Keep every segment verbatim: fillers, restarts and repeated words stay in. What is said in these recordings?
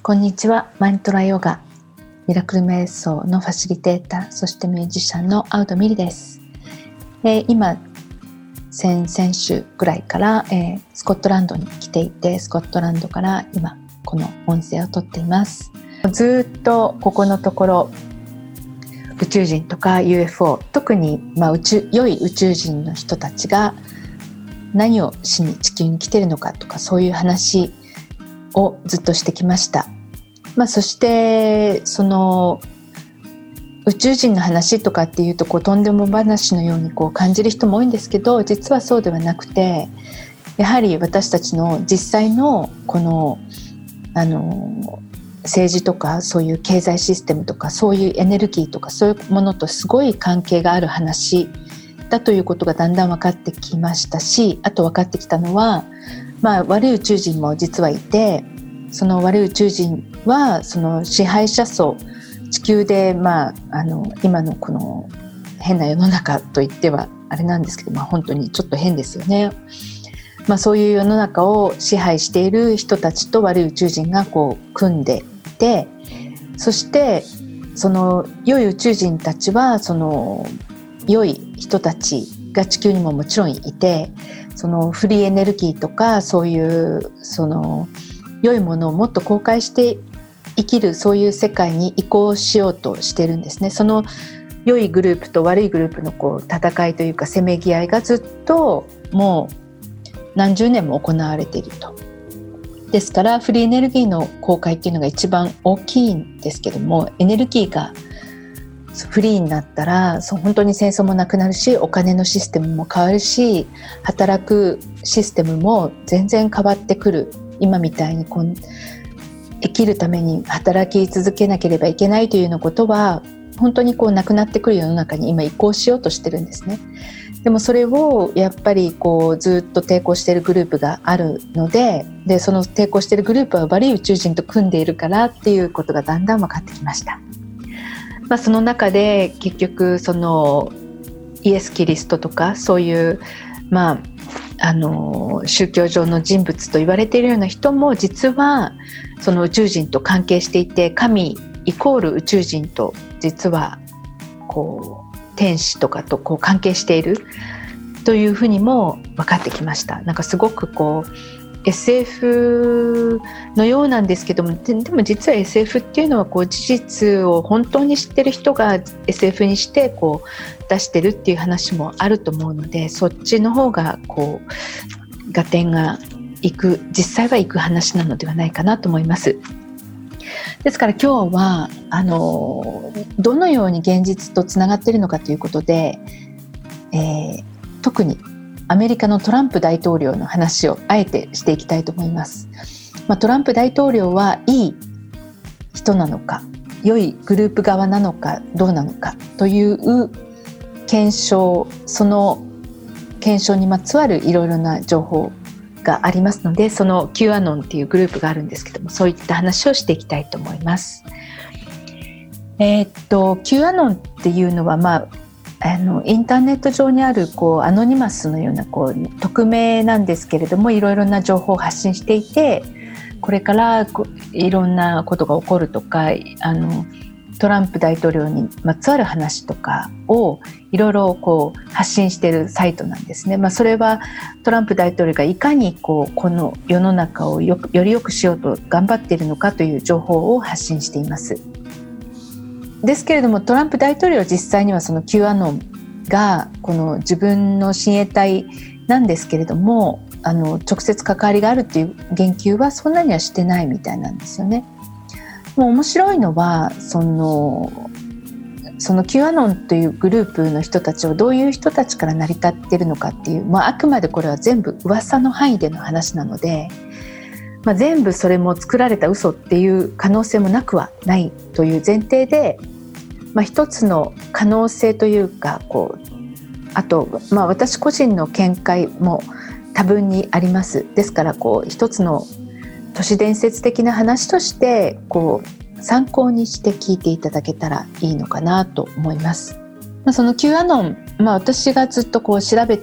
こんにちは。マインドラヨガミラクル瞑想のファシリテーター、そしてミュージシャンのアウドミリです。えー、今先々週ぐらいから、えー、スコットランドに来ていて、スコットランドから今この音声を撮っています。ずっとここのところ宇宙人とか ユーエフオー、 特に、まあ、宇宙良い宇宙人の人たちが何をしに地球に来てるのかとか、そういう話をずっとしてきました。まあ、そしてその宇宙人の話とかっていうとこうとんでも話のようにこう感じる人も多いんですけど、実はそうではなくて、やはり私たちの実際のこのあの政治とかそういう経済システムとかそういうエネルギーとかそういうものとすごい関係がある話だということがだんだん分かってきましたし、あと分かってきたのは、まあ、悪い宇宙人も実はいて、その悪い宇宙人はその支配者層、地球で、まあ、あの今のこの変な世の中といってはあれなんですけど、まあ、本当にちょっと変ですよね。まあ、そういう世の中を支配している人たちと悪い宇宙人がこう組んでいて、そしてその良い宇宙人たちはその良い人たちが地球にももちろんいて、そのフリーエネルギーとかそういうその良いものをもっと公開して生きる、そういう世界に移行しようとしてるんですね。その良いグループと悪いグループのこう戦いというかせめぎ合いがずっともう何十年も行われていると。ですからフリーエネルギーの公開っていうのが一番大きいんですけども、エネルギーがフリーになったらそう本当に戦争もなくなるし、お金のシステムも変わるし、働くシステムも全然変わってくる。今みたいにこう生きるために働き続けなければいけないというようなことは本当にこうなくなってくる世の中に今移行しようとしてるんですね。でもそれをやっぱりこうずっと抵抗しているグループがあるので、でその抵抗しているグループは悪い宇宙人と組んでいるからっていうことがだんだん分かってきました。まあ、その中で結局そのイエス・キリストとかそういうまああの宗教上の人物と言われているような人も実はその宇宙人と関係していて、神イコール宇宙人と実はこう天使とかとこう関係しているというふうにも分かってきました。なんかすごくこう エスエフ のようなんですけども、で, でも実は エスエフ っていうのはこう事実を本当に知ってる人が エスエフ にしてこう出してるっていう話もあると思うので、そっちの方がこう合点がいく、実際はいく話なのではないかなと思います。ですから今日はあのどのように現実とつながっているのかということで、えー、特にアメリカのトランプ大統領の話をあえてしていきたいと思います。まあ、トランプ大統領はいい人なのか、良いグループ側なのかどうなのかという検証、その検証にまつわるいろいろな情報がありますので、その キューアノンっていうグループがあるんですけども、そういった話をしていきたいと思います。えー、っと キューアノンっていうのは、まああのインターネット上にあるこうアノニマスのようなこう匿名なんですけれども、いろいろな情報を発信していて、これからいろんなことが起こるとか、あのトランプ大統領にまつわる話とかをいろいろこう発信しているサイトなんですね。まあ、それはトランプ大統領がいかにこうこの世の中をよくより良くしようと頑張っているのかという情報を発信しています。ですけれども、トランプ大統領は実際にはその キューアノンがこの自分の親衛隊なんですけれども、あの直接関わりがあるっていう言及はそんなにはしてないみたいなんですよね。もう面白いのはそのその キューアノンというグループの人たちはどういう人たちから成り立っているのかっていう、まあ、あくまでこれは全部噂の範囲での話なので、まあ、全部それも作られた嘘っていう可能性もなくはないという前提で、まあ、一つの可能性というかこうあと、まあ、私個人の見解も多分にあります。ですからこう一つの都市伝説的な話としてこう参考にして聞いていただけたらいいのかなと思います。まあ、その キューアノン、まあ、私がずっとこう調べていっ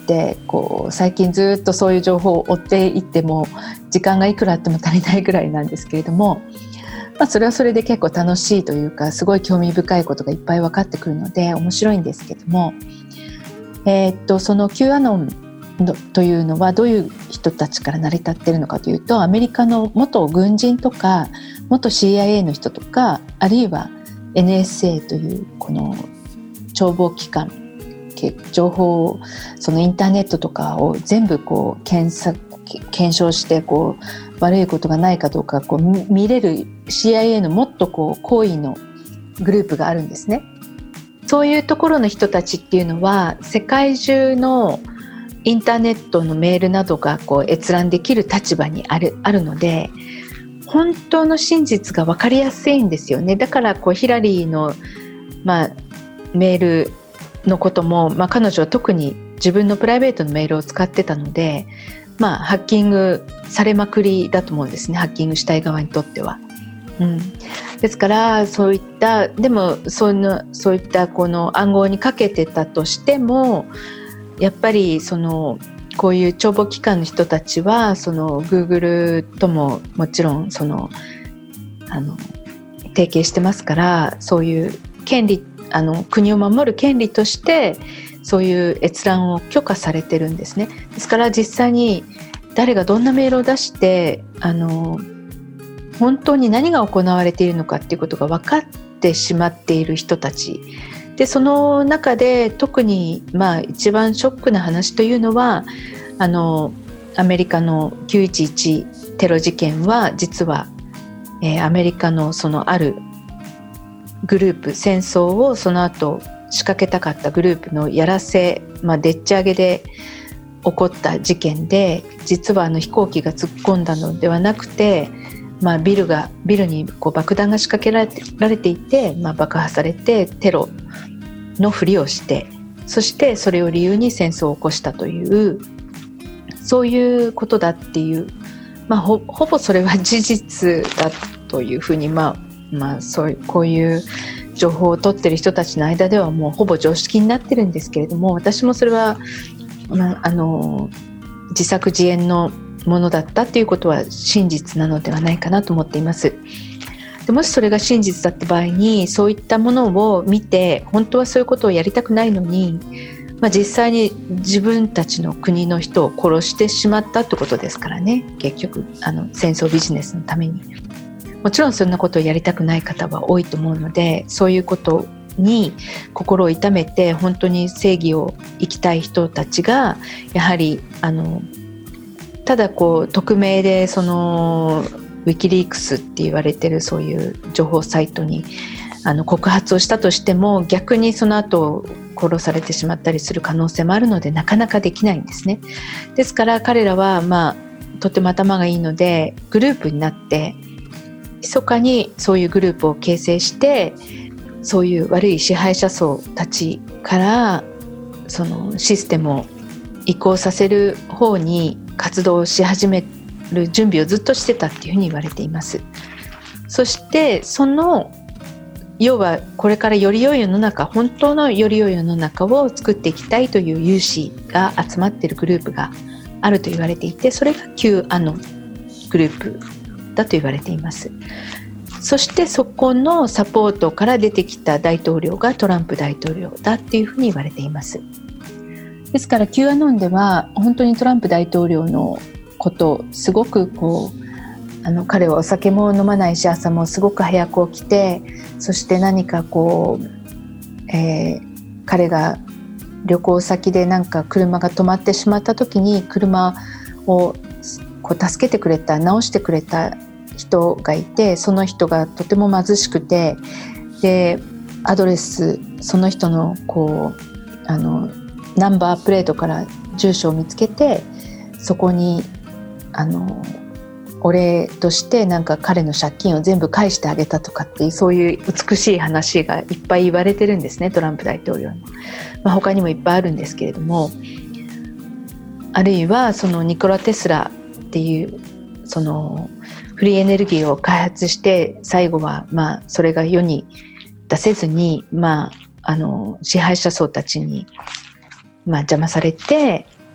ってこう最近ずっとそういう情報を追っていっても時間がいくらあっても足りないぐらいなんですけれども、まあ、それはそれで結構楽しいというかすごい興味深いことがいっぱい分かってくるので面白いんですけども、えー、っとその Q アノンというのはどういう人たちから成り立っているのかというと、アメリカの元軍人とか元 シーアイエー の人とか、あるいは エヌエスエー というこの諜報機関、情報をそのインターネットとかを全部こう検索検証してこう悪いことがないかどうかこう見れる シーアイエー のもっとこう高位のグループがあるんですね。そういうところの人たちっていうのは世界中のインターネットのメールなどがこう閲覧できる立場にある、あるので本当の真実が分かりやすいんですよね。だからこうヒラリーの、まあ、メールのことも、まあ、彼女は特に自分のプライベートのメールを使ってたので、まあ、ハッキングされまくりだと思うんですね、ハッキングしたい側にとっては。うん、ですからそういったでもそのそういったこの暗号にかけてたとしてもやっぱりそのこういう諜報機関の人たちはその Google とももちろんそのあの提携してますから、そういう権利あの国を守る権利としてそういう閲覧を許可されてるんですね。ですから実際に誰がどんなメールを出してあの本当に何が行われているのかっていうことが分かってしまっている人たちで、その中で特にまあ一番ショックな話というのはあのアメリカのきゅういちいちテロ事件は実は、えー、アメリカのそのあるグループ、戦争をその後仕掛けたかったグループのやらせ、まあ、でっち上げで起こった事件で、実はあの飛行機が突っ込んだのではなくて、まあ、ビルがビルにこう爆弾が仕掛けられて、られていて、まあ、爆破されてテロのふりをして、そしてそれを理由に戦争を起こしたというそういうことだっていう、まあ、ほ, ほぼそれは事実だというふうに、まあまあ、そういうこういう情報を取っている人たちの間ではもうほぼ常識になってるんですけれども、私もそれは、まあ、あの自作自演のものだったということは真実なのではないかなと思っています。でもしそれが真実だった場合にそういったものを見て本当はそういうことをやりたくないのに、まあ、実際に自分たちの国の人を殺してしまったってことですからね。結局あの戦争ビジネスのためにもちろんそんなことをやりたくない方は多いと思うので、そういうことに心を痛めて本当に正義を生きたい人たちがやはりあのただこう匿名でそのウィキリークスって言われてるそういう情報サイトにあの告発をしたとしても逆にその後殺されてしまったりする可能性もあるのでなかなかできないんですね。ですから彼らはまあとても頭がいいのでグループになって密かにそういうグループを形成してそういう悪い支配者層たちからそのシステムを移行させる方に活動し始める準備をずっとしてたっていうふうに言われています。そしてその要はこれからより良い世の中、本当のより良い世の中を作っていきたいという有志が集まっているグループがあると言われていて、それが Q アノングループだと言われています。そしてそこのサポートから出てきた大統領がトランプ大統領だっていうふうに言われています。ですから Q アノンでは本当にトランプ大統領のことすごくこうあの彼はお酒も飲まないし朝もすごく早く起きて、そして何かこう、えー、彼が旅行先でなんか車が止まってしまった時に車をこう助けてくれた、直してくれた人がいて、その人がとても貧しくて、でアドレスその人のこうあのナンバープレートから住所を見つけて、そこにあのお礼としてなんか彼の借金を全部返してあげたとかっていう、そういう美しい話がいっぱい言われてるんですね、トランプ大統領の、まあ、他にもいっぱいあるんですけれども、あるいはそのニコラ・テスラっていうそのフリーエネルギーを開発して最後はまあそれが世に出せずに、まあ、あの支配者層たちにまあ邪魔されて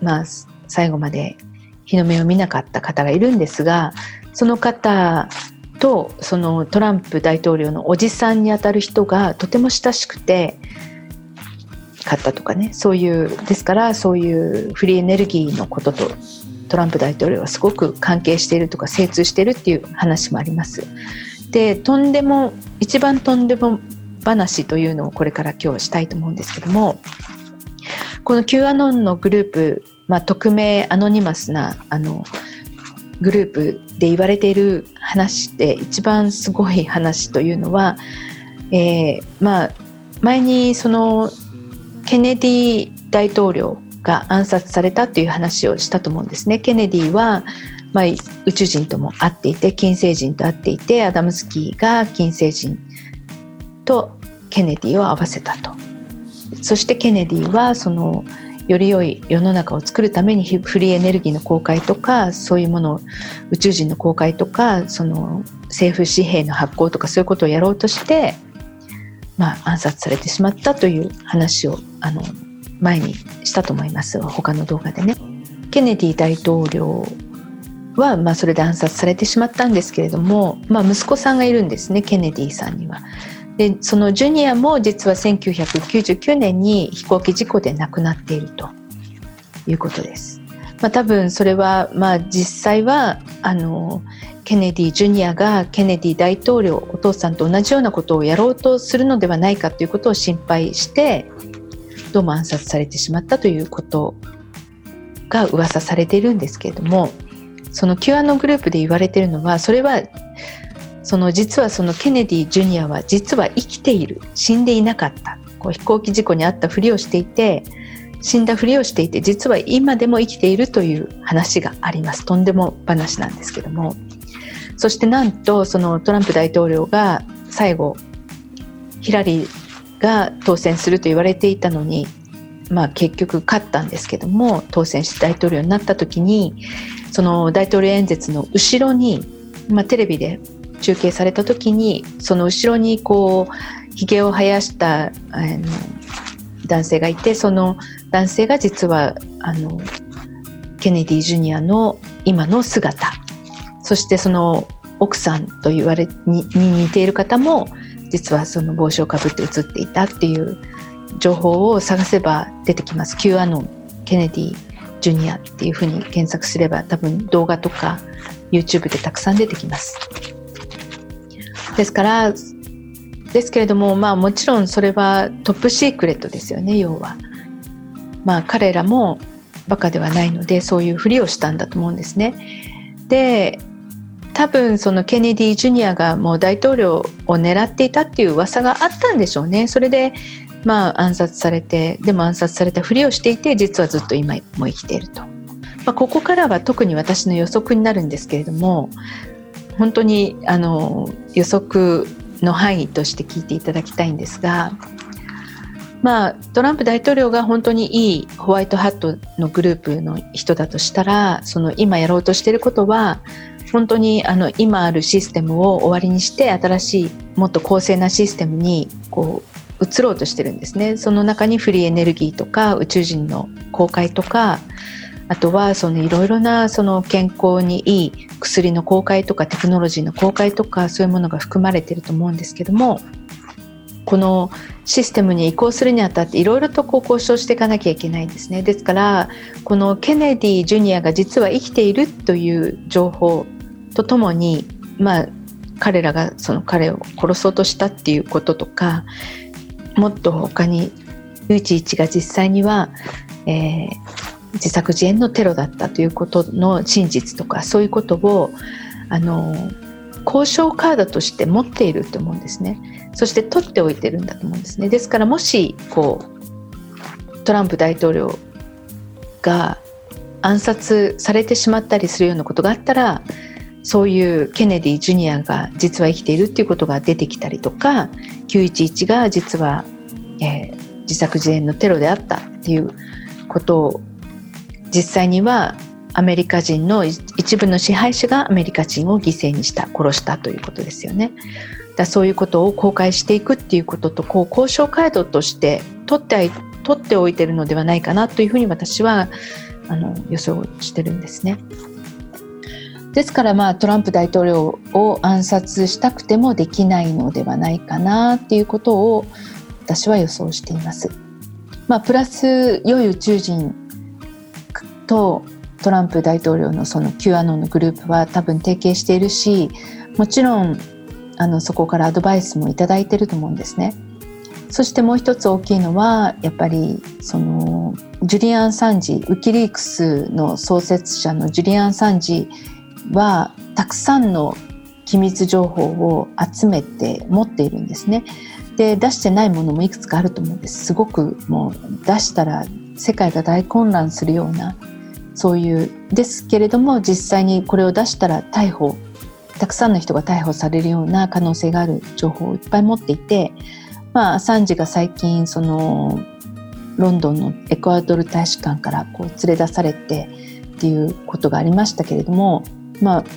まあ、最後まで日の目を見なかった方がいるんですが、その方とそのトランプ大統領のおじさんにあたる人がとても親しくてかったとかね、そういうですからそういうフリーエネルギーのこととトランプ大統領はすごく関係しているとか精通しているっていう話もあります。で、とんでも一番とんでも話というのをこれから今日したいと思うんですけども、この Q アノンのグループ、まあ、匿名アノニマスなあのグループで言われている話で一番すごい話というのは、えーまあ、前にそのケネディ大統領が暗殺されたという話をしたと思うんですね。ケネディは、まあ、宇宙人とも会っていて、金星人と会っていて、アダムスキーが金星人とケネディを合わせたと。そしてケネディはそのより良い世の中を作るためにフリーエネルギーの公開とか、そういうものを宇宙人の公開とか、その政府紙幣の発行とか、そういうことをやろうとして、まあ、暗殺されてしまったという話をあの前にしたと思います、他の動画でね。ケネディ大統領は、まあ、それで暗殺されてしまったんですけれども、まあ、息子さんがいるんですね、ケネディさんには。で、そのジュニアも実はせんきゅうひゃくきゅうじゅうきゅうねんに飛行機事故で亡くなっているということです。まあ、多分それは、まあ、実際はあのケネディジュニアがケネディ大統領、お父さんと同じようなことをやろうとするのではないかということを心配してどうも暗殺されてしまったということが噂されているんですけれども、その Q アノングループで言われているのは、それはその実はそのケネディジュニアは実は生きている、死んでいなかった、こう飛行機事故に遭ったふりをしていて、死んだふりをしていて、実は今でも生きているという話があります。とんでも話なんですけども、そしてなんとそのトランプ大統領が最後ヒラリーが当選すると言われていたのに、まあ、結局勝ったんですけども、当選して大統領になった時に、その大統領演説の後ろに、まあ、テレビで中継された時に、その後ろにこうひげを生やしたあの男性がいて、その男性が実はあのケネディジュニアの今の姿、そしてその奥さんと言われ に, に似ている方も実はその帽子をかぶって写っていたっていう情報を探せば出てきます。 Q アノンケネディジュニアっていうふうに検索すれば多分動画とか YouTube でたくさん出てきます。ですからですけれども、まあもちろんそれはトップシークレットですよね。要はまあ彼らもバカではないので、そういうふりをしたんだと思うんですね。で、多分そのケネディジュニアがもう大統領を狙っていたっていう噂があったんでしょうね。それでまあ暗殺されて、でも暗殺されたふりをしていて、実はずっと今も生きていると。まあ、ここからは特に私の予測になるんですけれども、本当にあの予測の範囲として聞いていただきたいんですが、まあ、トランプ大統領が本当にいいホワイトハットのグループの人だとしたら、その今やろうとしていることは本当にあの今あるシステムを終わりにして、新しいもっと公正なシステムにこう移ろうとしてるんですね。その中にフリーエネルギーとか宇宙人の公開とか、あとはそのいろいろなその健康にいい薬の公開とかテクノロジーの公開とか、そういうものが含まれていると思うんですけども、このシステムに移行するにあたっていろいろとこう交渉していかなきゃいけないんですね。ですからこのケネディジュニアが実は生きているという情報とともに、まあ、彼らがその彼を殺そうとしたっていうこととか、もっと他にユーチイチが実際には、えー、自作自演のテロだったということの真実とか、そういうことをあの交渉カードとして持っていると思うんですね。そして取っておいてるんだと思うんですね。ですからもしこうトランプ大統領が暗殺されてしまったりするようなことがあったら、そういうケネディジュニアが実は生きているっていうことが出てきたりとか、きゅういちいちが実は、えー、自作自演のテロであったっていうことを、実際にはアメリカ人の一部の支配者がアメリカ人を犠牲にした、殺したということですよね。だそういうことを公開していくっていうことと、こう交渉カードとして取って取っておいているのではないかなというふうに私はあの予想してるんですね。ですから、まあ、トランプ大統領を暗殺したくてもできないのではないかなっていうことを私は予想しています。まあ、プラス良い宇宙人とトランプ大統領のその Q アノンのグループは多分提携しているし、もちろんあのそこからアドバイスもいただいていると思うんですね。そしてもう一つ大きいのはやっぱりそのジュリアン・サンジ、ウィキリークスの創設者のジュリアン・サンジはたくさんの機密情報を集めて持っているんですね。で、出してないものもいくつかあると思うんです。すごくもう出したら世界が大混乱するような、そういうですけれども、実際にこれを出したら逮捕、たくさんの人が逮捕されるような可能性がある情報をいっぱい持っていて、まあ、サンジが最近そのロンドンのエクアドル大使館からこう連れ出されてっていうことがありましたけれども、まあ、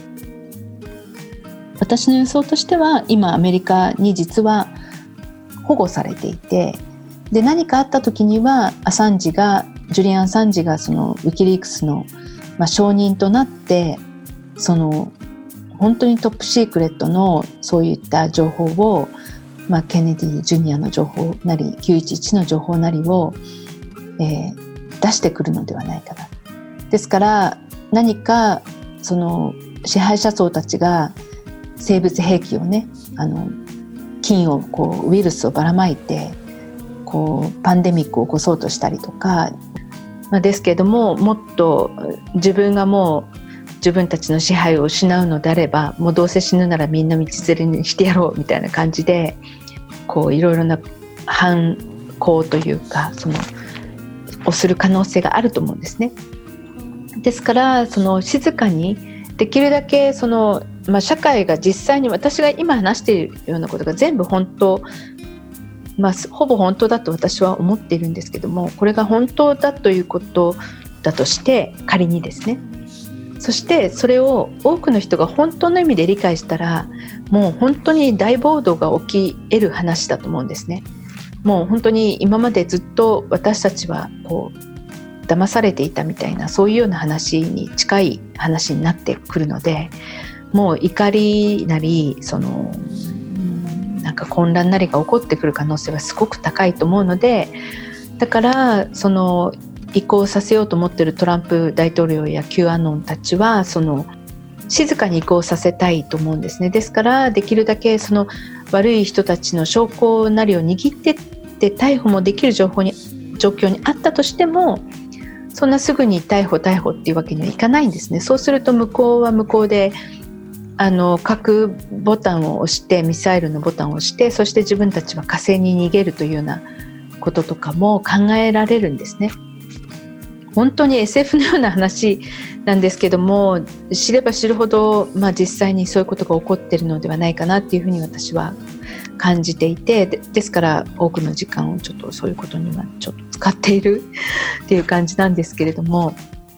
私の予想としては今アメリカに実は保護されていて、で何かあった時にはアサンジがジュリアン・サンジがそのウィキリークスの、まあ、証人となってその本当にトップシークレットのそういった情報を、まあ、ケネディ・ジュニアの情報なりきゅういちいちの情報なりを、えー、出してくるのではないかな。ですから何かその支配者層たちが生物兵器をね、あの菌をこうウイルスをばらまいてこうパンデミックを起こそうとしたりとか、まあ、ですけれども、もっと自分がもう自分たちの支配を失うのであれば、もうどうせ死ぬならみんな道連れにしてやろうみたいな感じで、こういろいろな反抗というかそのをする可能性があると思うんですね。ですからその静かにできるだけその、まあ、社会が実際に私が今話しているようなことが全部本当、まあ、ほぼ本当だと私は思っているんですけども、これが本当だということだとして仮にですね、そしてそれを多くの人が本当の意味で理解したら、もう本当に大暴動が起き得る話だと思うんですね。もう本当に今までずっと私たちはこう騙されていたみたいな、そういうような話に近い話になってくるので、もう怒りなりそのなんか混乱なりが起こってくる可能性はすごく高いと思うので、だからその移行させようと思っているトランプ大統領や Q アノンたちはその静かに移行させたいと思うんですね。ですからできるだけその悪い人たちの証拠なりを握ってって逮捕もできる情報に状況にあったとしても、そんなすぐに逮捕逮捕っていうわけにはいかないんですね。そうすると向こうは向こうであの核ボタンを押してミサイルのボタンを押して、そして自分たちは火星に逃げるというようなこととかも考えられるんですね。本当に エスエフ のような話なんですけども、知れば知るほど、まあ、実際にそういうことが起こっているのではないかなっていうふうに私は感じていて、で、ですから多くの時間をちょっとそういうことにはちょっと使っているっていう感じなんですけれども、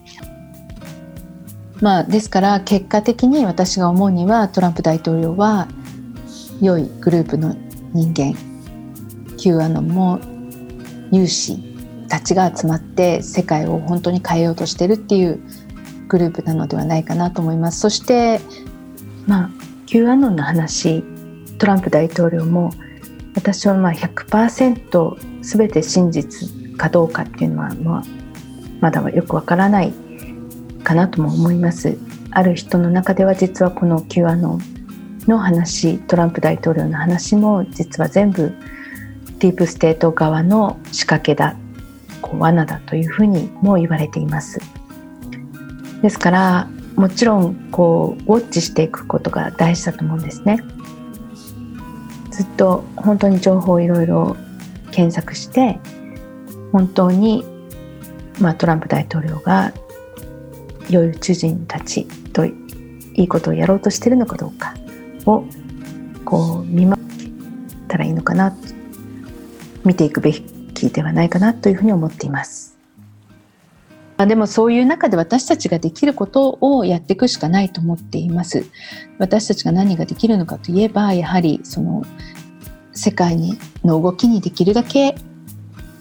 まあ、ですから結果的に私が思うにはトランプ大統領は良いグループの人間 Q アノンも有志たちが集まって世界を本当に変えようとしているっていうグループなのではないかなと思います。そして、まあ、Q アノンの話、トランプ大統領も私はまあ ひゃくパーセント 全て真実かどうかっていうのは、まあ、まだはよくわからないかなとも思います。ある人の中では実はこの Q アノンの話、トランプ大統領の話も実は全部ディープステート側の仕掛けだ、こう罠だというふうにも言われています。ですからもちろんこうウォッチしていくことが大事だと思うんですね。ずっと本当に情報をいろいろ検索して本当に、まあ、トランプ大統領が良い宇宙人たちといいことをやろうとしているのかどうかをこう見守ったらいいのかな、見ていくべきではないかなというふうに思っています。でもそういう中で私たちができることをやっていくしかないと思っています。私たちが何ができるのかといえば、やはりその世界にの動きにできるだけ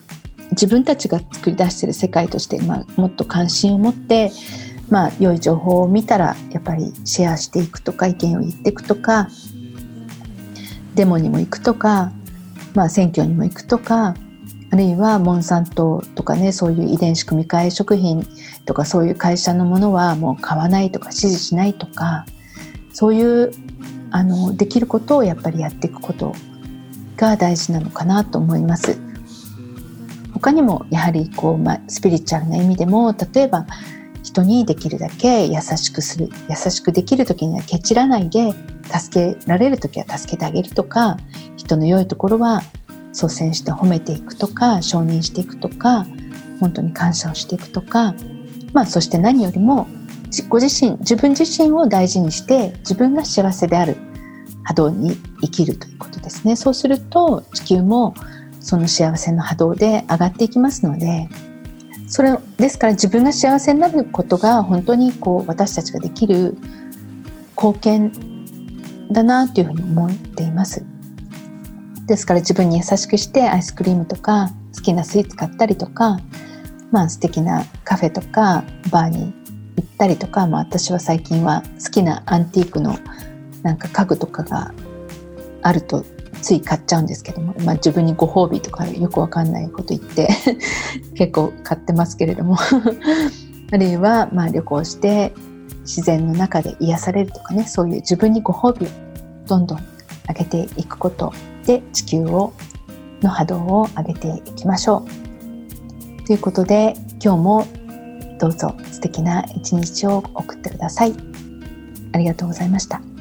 自分たちが作り出している世界として、まあ、もっと関心を持って、まあ、良い情報を見たらやっぱりシェアしていくとか、意見を言っていくとか、デモにも行くとか、まあ、選挙にも行くとか、あるいはモンサントとかね、そういう遺伝子組み換え食品とかそういう会社のものはもう買わないとか支持しないとか、そういうあのできることをやっぱりやっていくことが大事なのかなと思います。他にもやはりこう、まあ、スピリチュアルな意味でも、例えば人にできるだけ優しくする、優しくできる時にはケチらないで、助けられる時は助けてあげるとか、人の良いところは率先して褒めていくとか、承認していくとか、本当に感謝をしていくとか、まあ、そして何よりもご自身、自分自身を大事にして自分が幸せである波動に生きるということですね。そうすると地球もその幸せの波動で上がっていきますので、それですから自分が幸せになることが本当にこう私たちができる貢献だなというふうに思っています。ですから自分に優しくしてアイスクリームとか好きなスイーツ買ったりとか、まあ、素敵なカフェとかバーに行ったりとか、まあ、私は最近は好きなアンティークのなんか家具とかがあるとつい買っちゃうんですけども、まあ、自分にご褒美とかよくわかんないこと言って結構買ってますけれどもあるいはまあ旅行して自然の中で癒されるとかね、そういう自分にご褒美をどんどん上げていくことで地球をの波動を上げていきましょうということで、今日もどうぞ素敵な一日を送ってください。ありがとうございました。